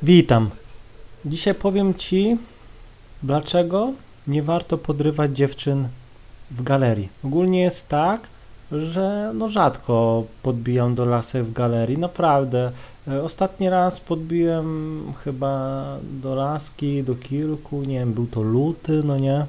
Witam. Dzisiaj powiem Ci, dlaczego nie warto podrywać dziewczyn w galerii. Ogólnie jest tak, że rzadko podbijam do lasek w galerii, naprawdę. Ostatni raz podbiłem chyba do laski, do kilku, nie wiem, był to luty, no nie.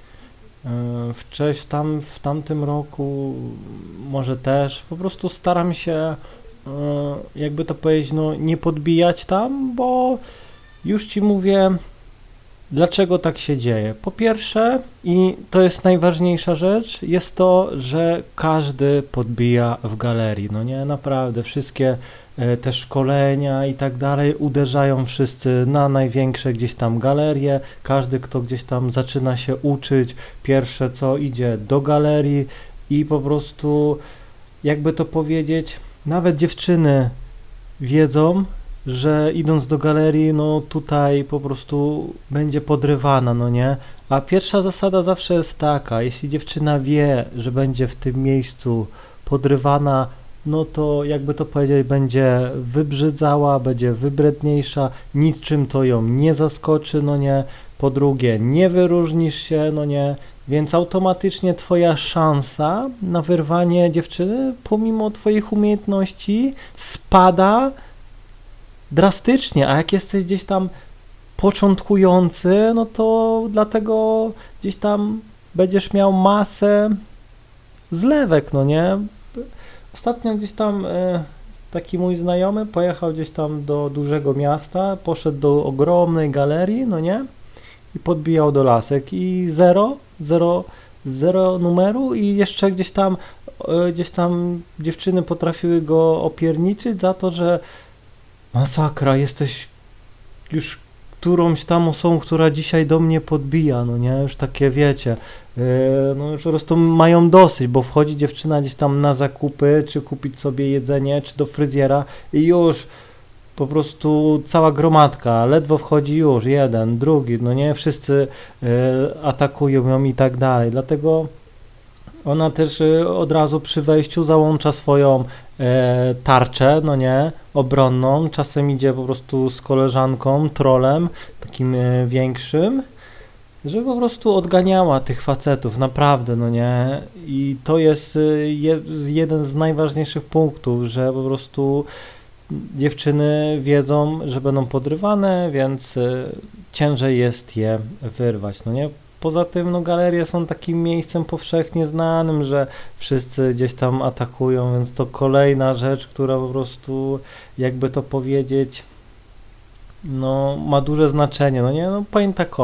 W tamtym roku może też, po prostu staram się, jakby to powiedzieć, nie podbijać tam, bo już Ci mówię, dlaczego tak się dzieje. Po pierwsze, i to jest najważniejsza rzecz, jest to, że każdy podbija w galerii. No nie, naprawdę, wszystkie te szkolenia i tak dalej uderzają wszyscy na największe gdzieś tam galerie. Każdy, kto gdzieś tam zaczyna się uczyć, pierwsze co idzie do galerii i po prostu, jakby to powiedzieć, nawet dziewczyny wiedzą, że idąc do galerii, no tutaj po prostu będzie podrywana, no nie? A pierwsza zasada zawsze jest taka, jeśli dziewczyna wie, że będzie w tym miejscu podrywana, no to jakby to powiedzieć, będzie wybrzydzała, będzie wybredniejsza, niczym to ją nie zaskoczy, no nie? Po drugie, nie wyróżnisz się, no nie? Więc automatycznie twoja szansa na wyrwanie dziewczyny, pomimo twoich umiejętności, spada drastycznie, a jak jesteś gdzieś tam początkujący, no to dlatego gdzieś tam będziesz miał masę zlewek, no nie? Ostatnio gdzieś tam taki mój znajomy pojechał gdzieś tam do dużego miasta, poszedł do ogromnej galerii, no nie? I podbijał do lasek i zero numeru i jeszcze gdzieś tam dziewczyny potrafiły go opierniczyć za to, że masakra, jesteś już którąś tam osobą, która dzisiaj do mnie podbija, no nie, już takie wiecie, no już po prostu mają dosyć, bo wchodzi dziewczyna gdzieś tam na zakupy, czy kupić sobie jedzenie, czy do fryzjera i już po prostu cała gromadka, ledwo wchodzi już, jeden, drugi, no nie, wszyscy atakują ją i tak dalej, dlatego ona też od razu przy wejściu załącza swoją tarczę, no nie, obronną. Czasem idzie po prostu z koleżanką, trolem, takim większym, żeby po prostu odganiała tych facetów, naprawdę, no nie. I to jest jeden z najważniejszych punktów, że po prostu dziewczyny wiedzą, że będą podrywane, więc ciężej jest je wyrwać, no nie. Poza tym, no galerie są takim miejscem powszechnie znanym, że wszyscy gdzieś tam atakują, więc to kolejna rzecz, która po prostu, jakby to powiedzieć, no ma duże znaczenie, no nie, no powiem tak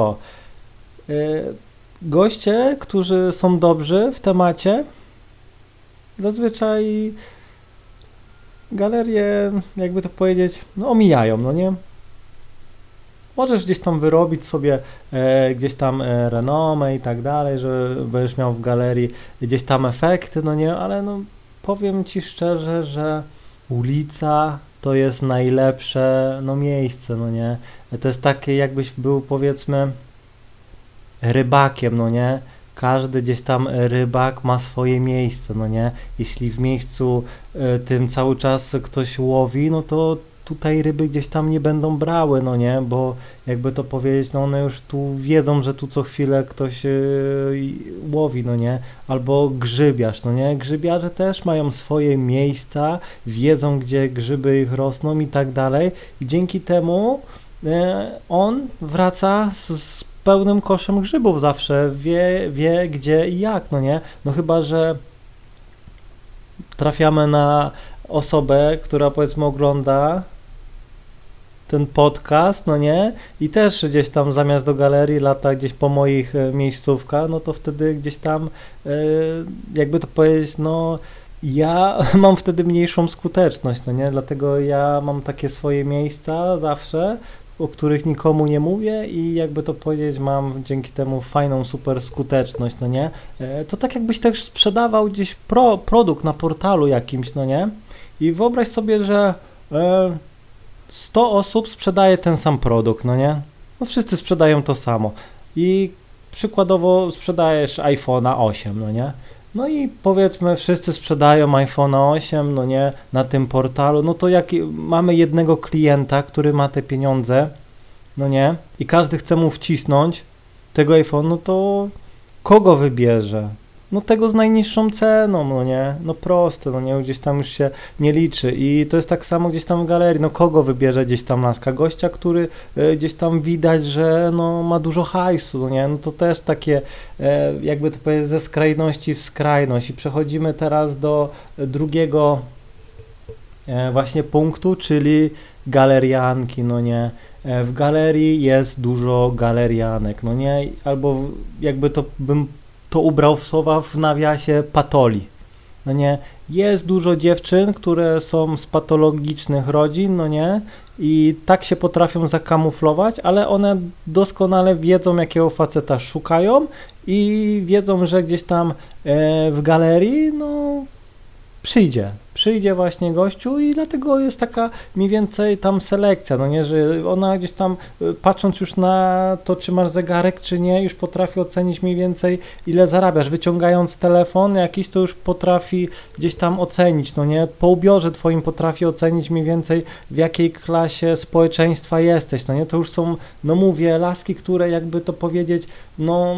goście, którzy są dobrzy w temacie, zazwyczaj galerie, jakby to powiedzieć, no omijają, no nie. Możesz gdzieś tam wyrobić sobie gdzieś tam renomę i tak dalej, że będziesz miał w galerii gdzieś tam efekty, no nie, ale no powiem Ci szczerze, że ulica to jest najlepsze no miejsce, no nie. To jest takie jakbyś był powiedzmy rybakiem, no nie. Każdy gdzieś tam rybak ma swoje miejsce, no nie. Jeśli w miejscu tym cały czas ktoś łowi, no to tutaj ryby gdzieś tam nie będą brały, no nie, bo jakby to powiedzieć, no one już tu wiedzą, że tu co chwilę ktoś łowi, no nie, albo grzybiarz, no nie, grzybiarze też mają swoje miejsca, wiedzą gdzie grzyby ich rosną i tak dalej i dzięki temu on wraca z pełnym koszem grzybów zawsze, wie gdzie i jak, no nie, no chyba, że trafiamy na osobę, która powiedzmy ogląda ten podcast, no nie? I też gdzieś tam zamiast do galerii lata gdzieś po moich miejscówkach, no to wtedy gdzieś tam, jakby to powiedzieć, no ja mam wtedy mniejszą skuteczność, no nie? Dlatego ja mam takie swoje miejsca zawsze, o których nikomu nie mówię i jakby to powiedzieć, mam dzięki temu fajną, super skuteczność, no nie? To tak jakbyś też sprzedawał gdzieś produkt na portalu jakimś, no nie? I wyobraź sobie, że 100 osób sprzedaje ten sam produkt, no nie? No wszyscy sprzedają to samo. I przykładowo sprzedajesz iPhone'a 8, no nie? No i powiedzmy, wszyscy sprzedają iPhone'a 8, no nie, na tym portalu, no to jak mamy jednego klienta, który ma te pieniądze, no nie, i każdy chce mu wcisnąć tego iPhone, no to kogo wybierze? No tego z najniższą ceną, no nie, no proste, no nie, gdzieś tam już się nie liczy i to jest tak samo gdzieś tam w galerii, no kogo wybierze gdzieś tam laska? Gościa, który gdzieś tam widać, że no ma dużo hajsu, no nie, no to też takie jakby to powiedzieć ze skrajności w skrajność i przechodzimy teraz do drugiego właśnie punktu, czyli galerianki, no nie. W galerii jest dużo galerianek, no nie, albo jakby to bym to ubrał w słowa w nawiasie patoli, no nie. Jest dużo dziewczyn, które są z patologicznych rodzin, no nie, i tak się potrafią zakamuflować, ale one doskonale wiedzą, jakiego faceta szukają i wiedzą, że gdzieś tam w galerii, no przyjdzie właśnie gościu i dlatego jest taka mniej więcej tam selekcja, no nie, że ona gdzieś tam patrząc już na to, czy masz zegarek, czy nie, już potrafi ocenić mniej więcej ile zarabiasz, wyciągając telefon jakiś, to już potrafi gdzieś tam ocenić, no nie, po ubiorze twoim potrafi ocenić mniej więcej w jakiej klasie społeczeństwa jesteś, no nie, to już są, no mówię, laski, które jakby to powiedzieć, no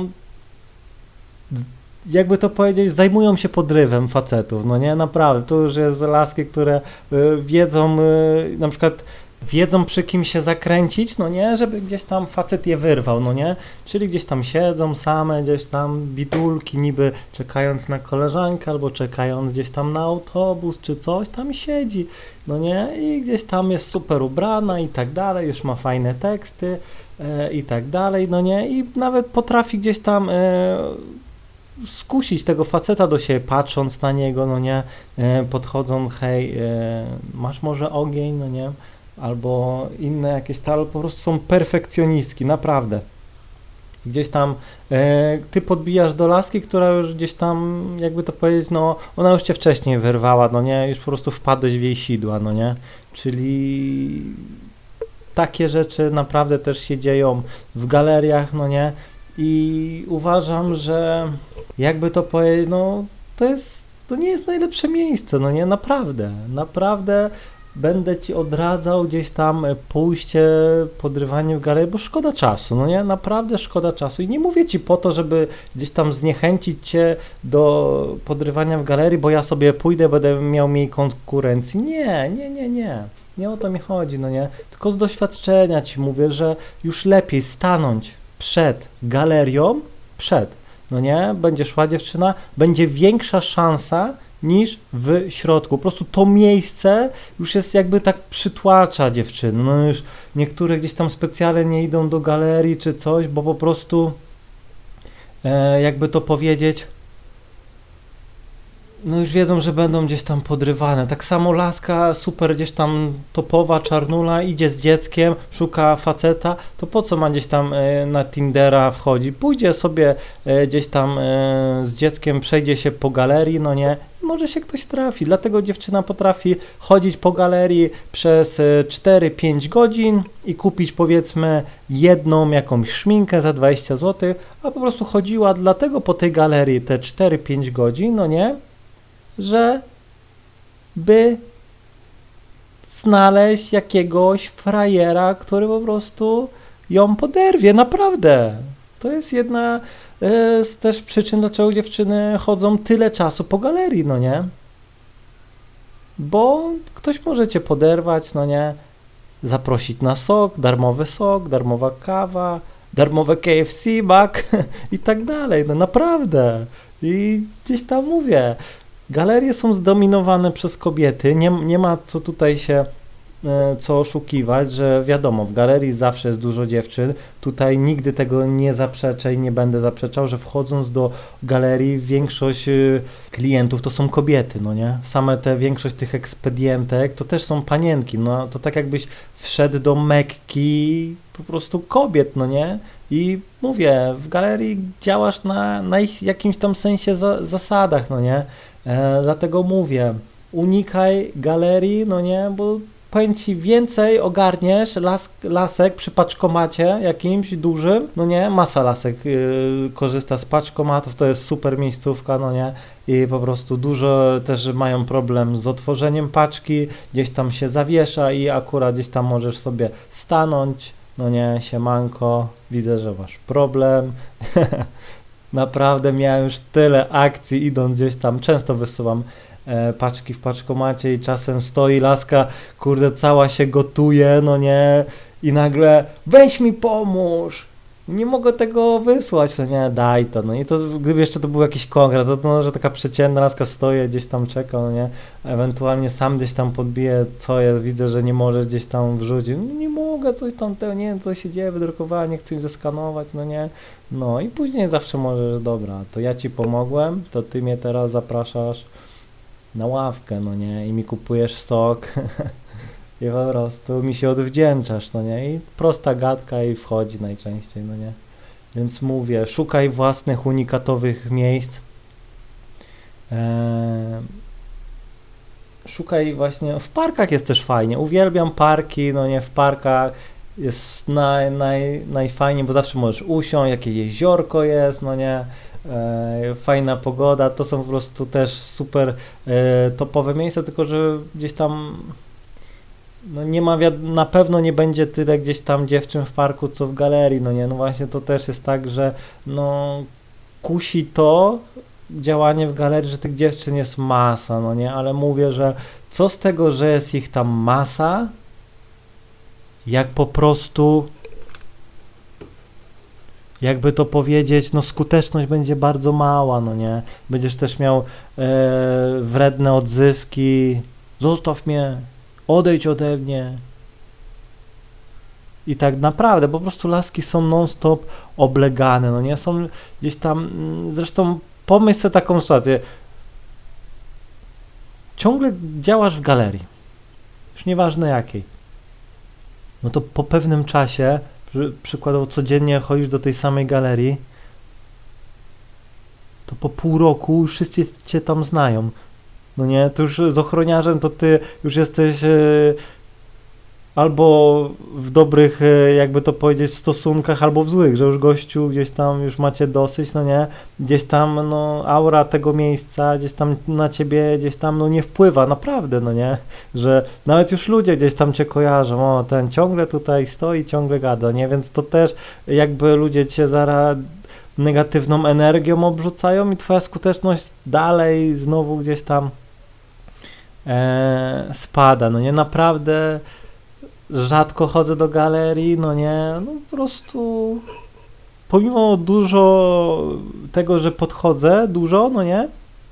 jakby to powiedzieć, zajmują się podrywem facetów, no nie, naprawdę, to już jest laski, które wiedzą, na przykład wiedzą przy kim się zakręcić, no nie, żeby gdzieś tam facet je wyrwał, no nie, czyli gdzieś tam siedzą same, gdzieś tam bitulki niby czekając na koleżankę albo czekając gdzieś tam na autobus czy coś, tam siedzi, no nie, i gdzieś tam jest super ubrana i tak dalej, już ma fajne teksty i tak dalej, no nie, i nawet potrafi gdzieś tam skusić tego faceta do siebie, patrząc na niego, no nie, podchodzą, hej, masz może ogień, no nie, albo inne jakieś tal, po prostu są perfekcjonistki, naprawdę. Gdzieś tam ty podbijasz do laski, która już gdzieś tam, jakby to powiedzieć, no ona już cię wcześniej wyrwała, no nie, już po prostu wpadłeś w jej sidła, no nie, czyli takie rzeczy naprawdę też się dzieją w galeriach, no nie, i uważam, że jakby to powiedzieć, no to nie jest najlepsze miejsce, no nie, naprawdę będę ci odradzał gdzieś tam pójście, podrywanie w galerii, bo szkoda czasu, no nie, naprawdę szkoda czasu i nie mówię ci po to, żeby gdzieś tam zniechęcić cię do podrywania w galerii, bo ja sobie pójdę, będę miał mniej konkurencji, nie o to mi chodzi, no nie, tylko z doświadczenia ci mówię, że już lepiej stanąć przed galerią, no nie, będzie szła dziewczyna, będzie większa szansa niż w środku. Po prostu to miejsce już jest jakby tak przytłacza dziewczyny. No już niektóre gdzieś tam specjalnie nie idą do galerii czy coś, bo po prostu jakby to powiedzieć, no już wiedzą, że będą gdzieś tam podrywane. Tak samo laska super gdzieś tam topowa, czarnula, idzie z dzieckiem, szuka faceta, to po co ma gdzieś tam na Tindera wchodzi? Pójdzie sobie gdzieś tam z dzieckiem, przejdzie się po galerii, no nie, może się ktoś trafi. Dlatego dziewczyna potrafi chodzić po galerii przez 4-5 godzin i kupić powiedzmy jedną jakąś szminkę za 20 zł, a po prostu chodziła dlatego po tej galerii te 4-5 godzin, no nie, że by znaleźć jakiegoś frajera, który po prostu ją poderwie, naprawdę. To jest jedna z też przyczyn, dlaczego dziewczyny chodzą tyle czasu po galerii, no nie? Bo ktoś może cię poderwać, no nie? Zaprosić na sok, darmowa kawa, darmowe KFC, Mac i tak dalej, no naprawdę. I gdzieś tam mówię, galerie są zdominowane przez kobiety, nie ma co tutaj się co oszukiwać, że wiadomo, w galerii zawsze jest dużo dziewczyn, tutaj nigdy tego nie zaprzeczę i nie będę zaprzeczał, że wchodząc do galerii większość klientów to są kobiety, no nie? Same większość tych ekspedientek to też są panienki, no to tak jakbyś wszedł do Mekki po prostu kobiet, no nie? I mówię, w galerii działasz na ich jakimś tam sensie zasadach, no nie? Dlatego mówię, unikaj galerii, no nie, bo powiem ci, więcej ogarniesz lasek przy paczkomacie jakimś dużym, no nie, masa lasek korzysta z paczkomatów, to jest super miejscówka, no nie, i po prostu dużo też mają problem z otworzeniem paczki, gdzieś tam się zawiesza i akurat gdzieś tam możesz sobie stanąć, no nie, siemanko, widzę, że masz problem. Naprawdę miałem już tyle akcji idąc gdzieś tam, często wysuwam paczki w paczkomacie i czasem stoi laska, kurde, cała się gotuje, no nie, i nagle weź mi pomóż, nie mogę tego wysłać, no nie, daj to, no i to gdyby jeszcze to był jakiś konkret, to no, że taka przeciętna laska stoi, gdzieś tam czeka, no nie, ewentualnie sam gdzieś tam podbije, co jest, widzę, że nie możesz gdzieś tam wrzucić, no nie mogę, coś tam, nie wiem, co się dzieje, wydrukowałem, nie chcę ich zeskanować, no nie, no i później zawsze możesz, dobra, to ja ci pomogłem, to ty mnie teraz zapraszasz na ławkę, no nie, i mi kupujesz sok i po prostu mi się odwdzięczasz, no nie, i prosta gadka i wchodzi najczęściej, no nie, więc mówię, szukaj własnych unikatowych miejsc, szukaj właśnie, w parkach jest też fajnie, uwielbiam parki, no nie, w parkach jest najfajniej, bo zawsze możesz usiąść, jakieś jeziorko jest, no nie, fajna pogoda, to są po prostu też super topowe miejsca, tylko że gdzieś tam no nie ma, na pewno nie będzie tyle gdzieś tam dziewczyn w parku, co w galerii, no nie, no właśnie to też jest tak, że no kusi to działanie w galerii, że tych dziewczyn jest masa, no nie, ale mówię, że co z tego, że jest ich tam masa, jak po prostu, jakby to powiedzieć, no skuteczność będzie bardzo mała, no nie, będziesz też miał wredne odzywki, zostaw mnie, odejdź ode mnie. I tak naprawdę, po prostu laski są non-stop oblegane, no nie, są gdzieś tam, zresztą pomyśl sobie taką sytuację, ciągle działasz w galerii, już nieważne jakiej, no to po pewnym czasie, przykładowo codziennie chodzisz do tej samej galerii, to po pół roku już wszyscy cię tam znają, no nie, to już z ochroniarzem to ty już jesteś albo w dobrych, jakby to powiedzieć, stosunkach, albo w złych, że już gościu gdzieś tam już macie dosyć, no nie, gdzieś tam, no, aura tego miejsca, gdzieś tam na ciebie, gdzieś tam, no, nie wpływa, naprawdę, no nie, że nawet już ludzie gdzieś tam cię kojarzą, o, ten ciągle tutaj stoi, ciągle gada, nie, więc to też jakby ludzie cię zaraz negatywną energią obrzucają i twoja skuteczność dalej znowu gdzieś tam spada, no nie, naprawdę rzadko chodzę do galerii, no nie, no po prostu pomimo dużo tego, że podchodzę dużo, no nie,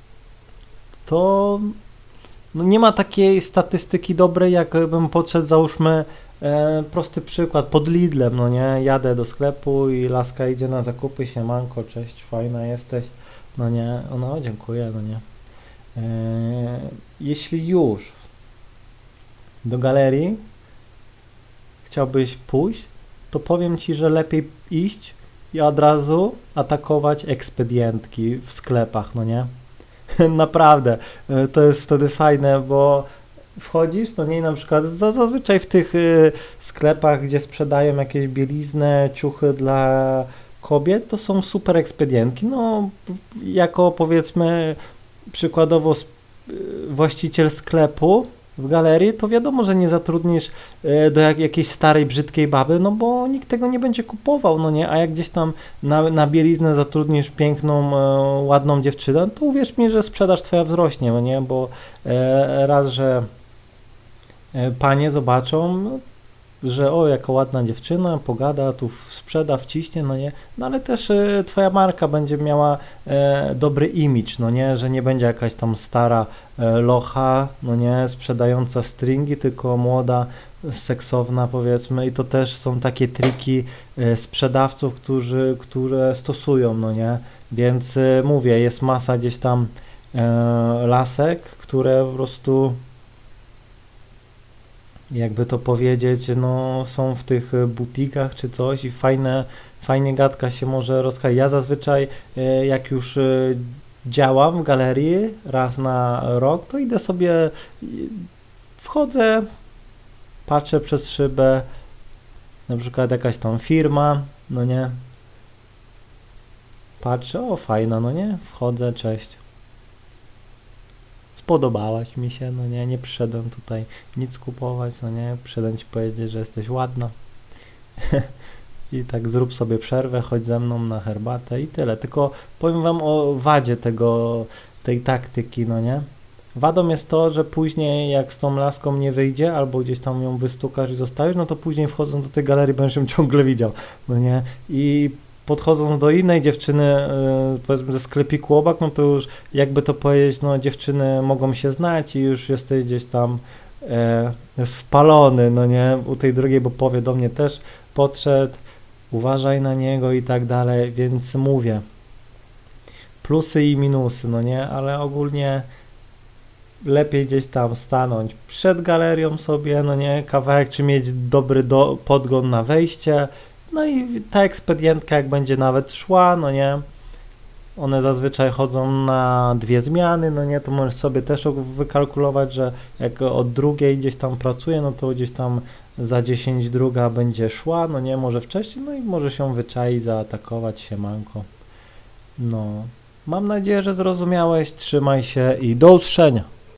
to no nie ma takiej statystyki dobrej, jakbym podszedł, załóżmy, prosty przykład, pod Lidlem, no nie, jadę do sklepu i laska idzie na zakupy, siemanko, cześć, fajna jesteś, no nie, no dziękuję, no nie. Jeśli już do galerii chciałbyś pójść, to powiem ci, że lepiej iść i od razu atakować ekspedientki w sklepach, no nie? Naprawdę, to jest wtedy fajne, bo wchodzisz, no nie, na przykład zazwyczaj w tych sklepach, gdzie sprzedają jakieś bieliznę, ciuchy dla kobiet, to są super ekspedientki, no jako powiedzmy przykładowo właściciel sklepu w galerii, to wiadomo, że nie zatrudnisz do jakiejś starej, brzydkiej baby, no bo nikt tego nie będzie kupował, no nie, a jak gdzieś tam na bieliznę zatrudnisz piękną, ładną dziewczynę, to uwierz mi, że sprzedaż twoja wzrośnie, no nie, bo raz, że panie zobaczą, no, że o, jaka ładna dziewczyna, pogada, tu sprzeda, wciśnie, no nie, no ale też twoja marka będzie miała dobry imidż, no nie, że nie będzie jakaś tam stara locha, no nie, sprzedająca stringi, tylko młoda, seksowna powiedzmy i to też są takie triki sprzedawców, które stosują, no nie, więc mówię, jest masa gdzieś tam lasek, które po prostu jakby to powiedzieć, no są w tych butikach czy coś i fajnie gadka się może rozkręcić. Ja zazwyczaj jak już działam w galerii raz na rok, to idę sobie, wchodzę, patrzę przez szybę, na przykład jakaś tam firma, no nie, patrzę, o fajna, no nie, wchodzę, cześć. Spodobałaś mi się, no nie, nie przyszedłem tutaj nic kupować, no nie, przyszedłem ci powiedzieć, że jesteś ładna. I tak zrób sobie przerwę, chodź ze mną na herbatę i tyle. Tylko powiem wam o wadzie tej taktyki, no nie. Wadą jest to, że później jak z tą laską nie wyjdzie, albo gdzieś tam ją wystukasz i zostawisz, no to później wchodząc do tej galerii będziesz ją ciągle widział, no nie. I podchodząc do innej dziewczyny, powiedzmy ze sklepiku obok, no to już jakby to powiedzieć, no dziewczyny mogą się znać i już jesteś gdzieś tam spalony, no nie, u tej drugiej, bo powie do mnie też podszedł, uważaj na niego i tak dalej, więc mówię, plusy i minusy, no nie, ale ogólnie lepiej gdzieś tam stanąć przed galerią sobie, no nie, kawałek, czy mieć dobry podgląd na wejście, no i ta ekspedientka jak będzie nawet szła, no nie, one zazwyczaj chodzą na 2 zmiany, no nie, to możesz sobie też wykalkulować, że jak od drugiej gdzieś tam pracuje, no to gdzieś tam za 10 druga będzie szła, no nie, może wcześniej, no i może się wyczaić, zaatakować, siemanko. No, mam nadzieję, że zrozumiałeś, trzymaj się i do usłyszenia.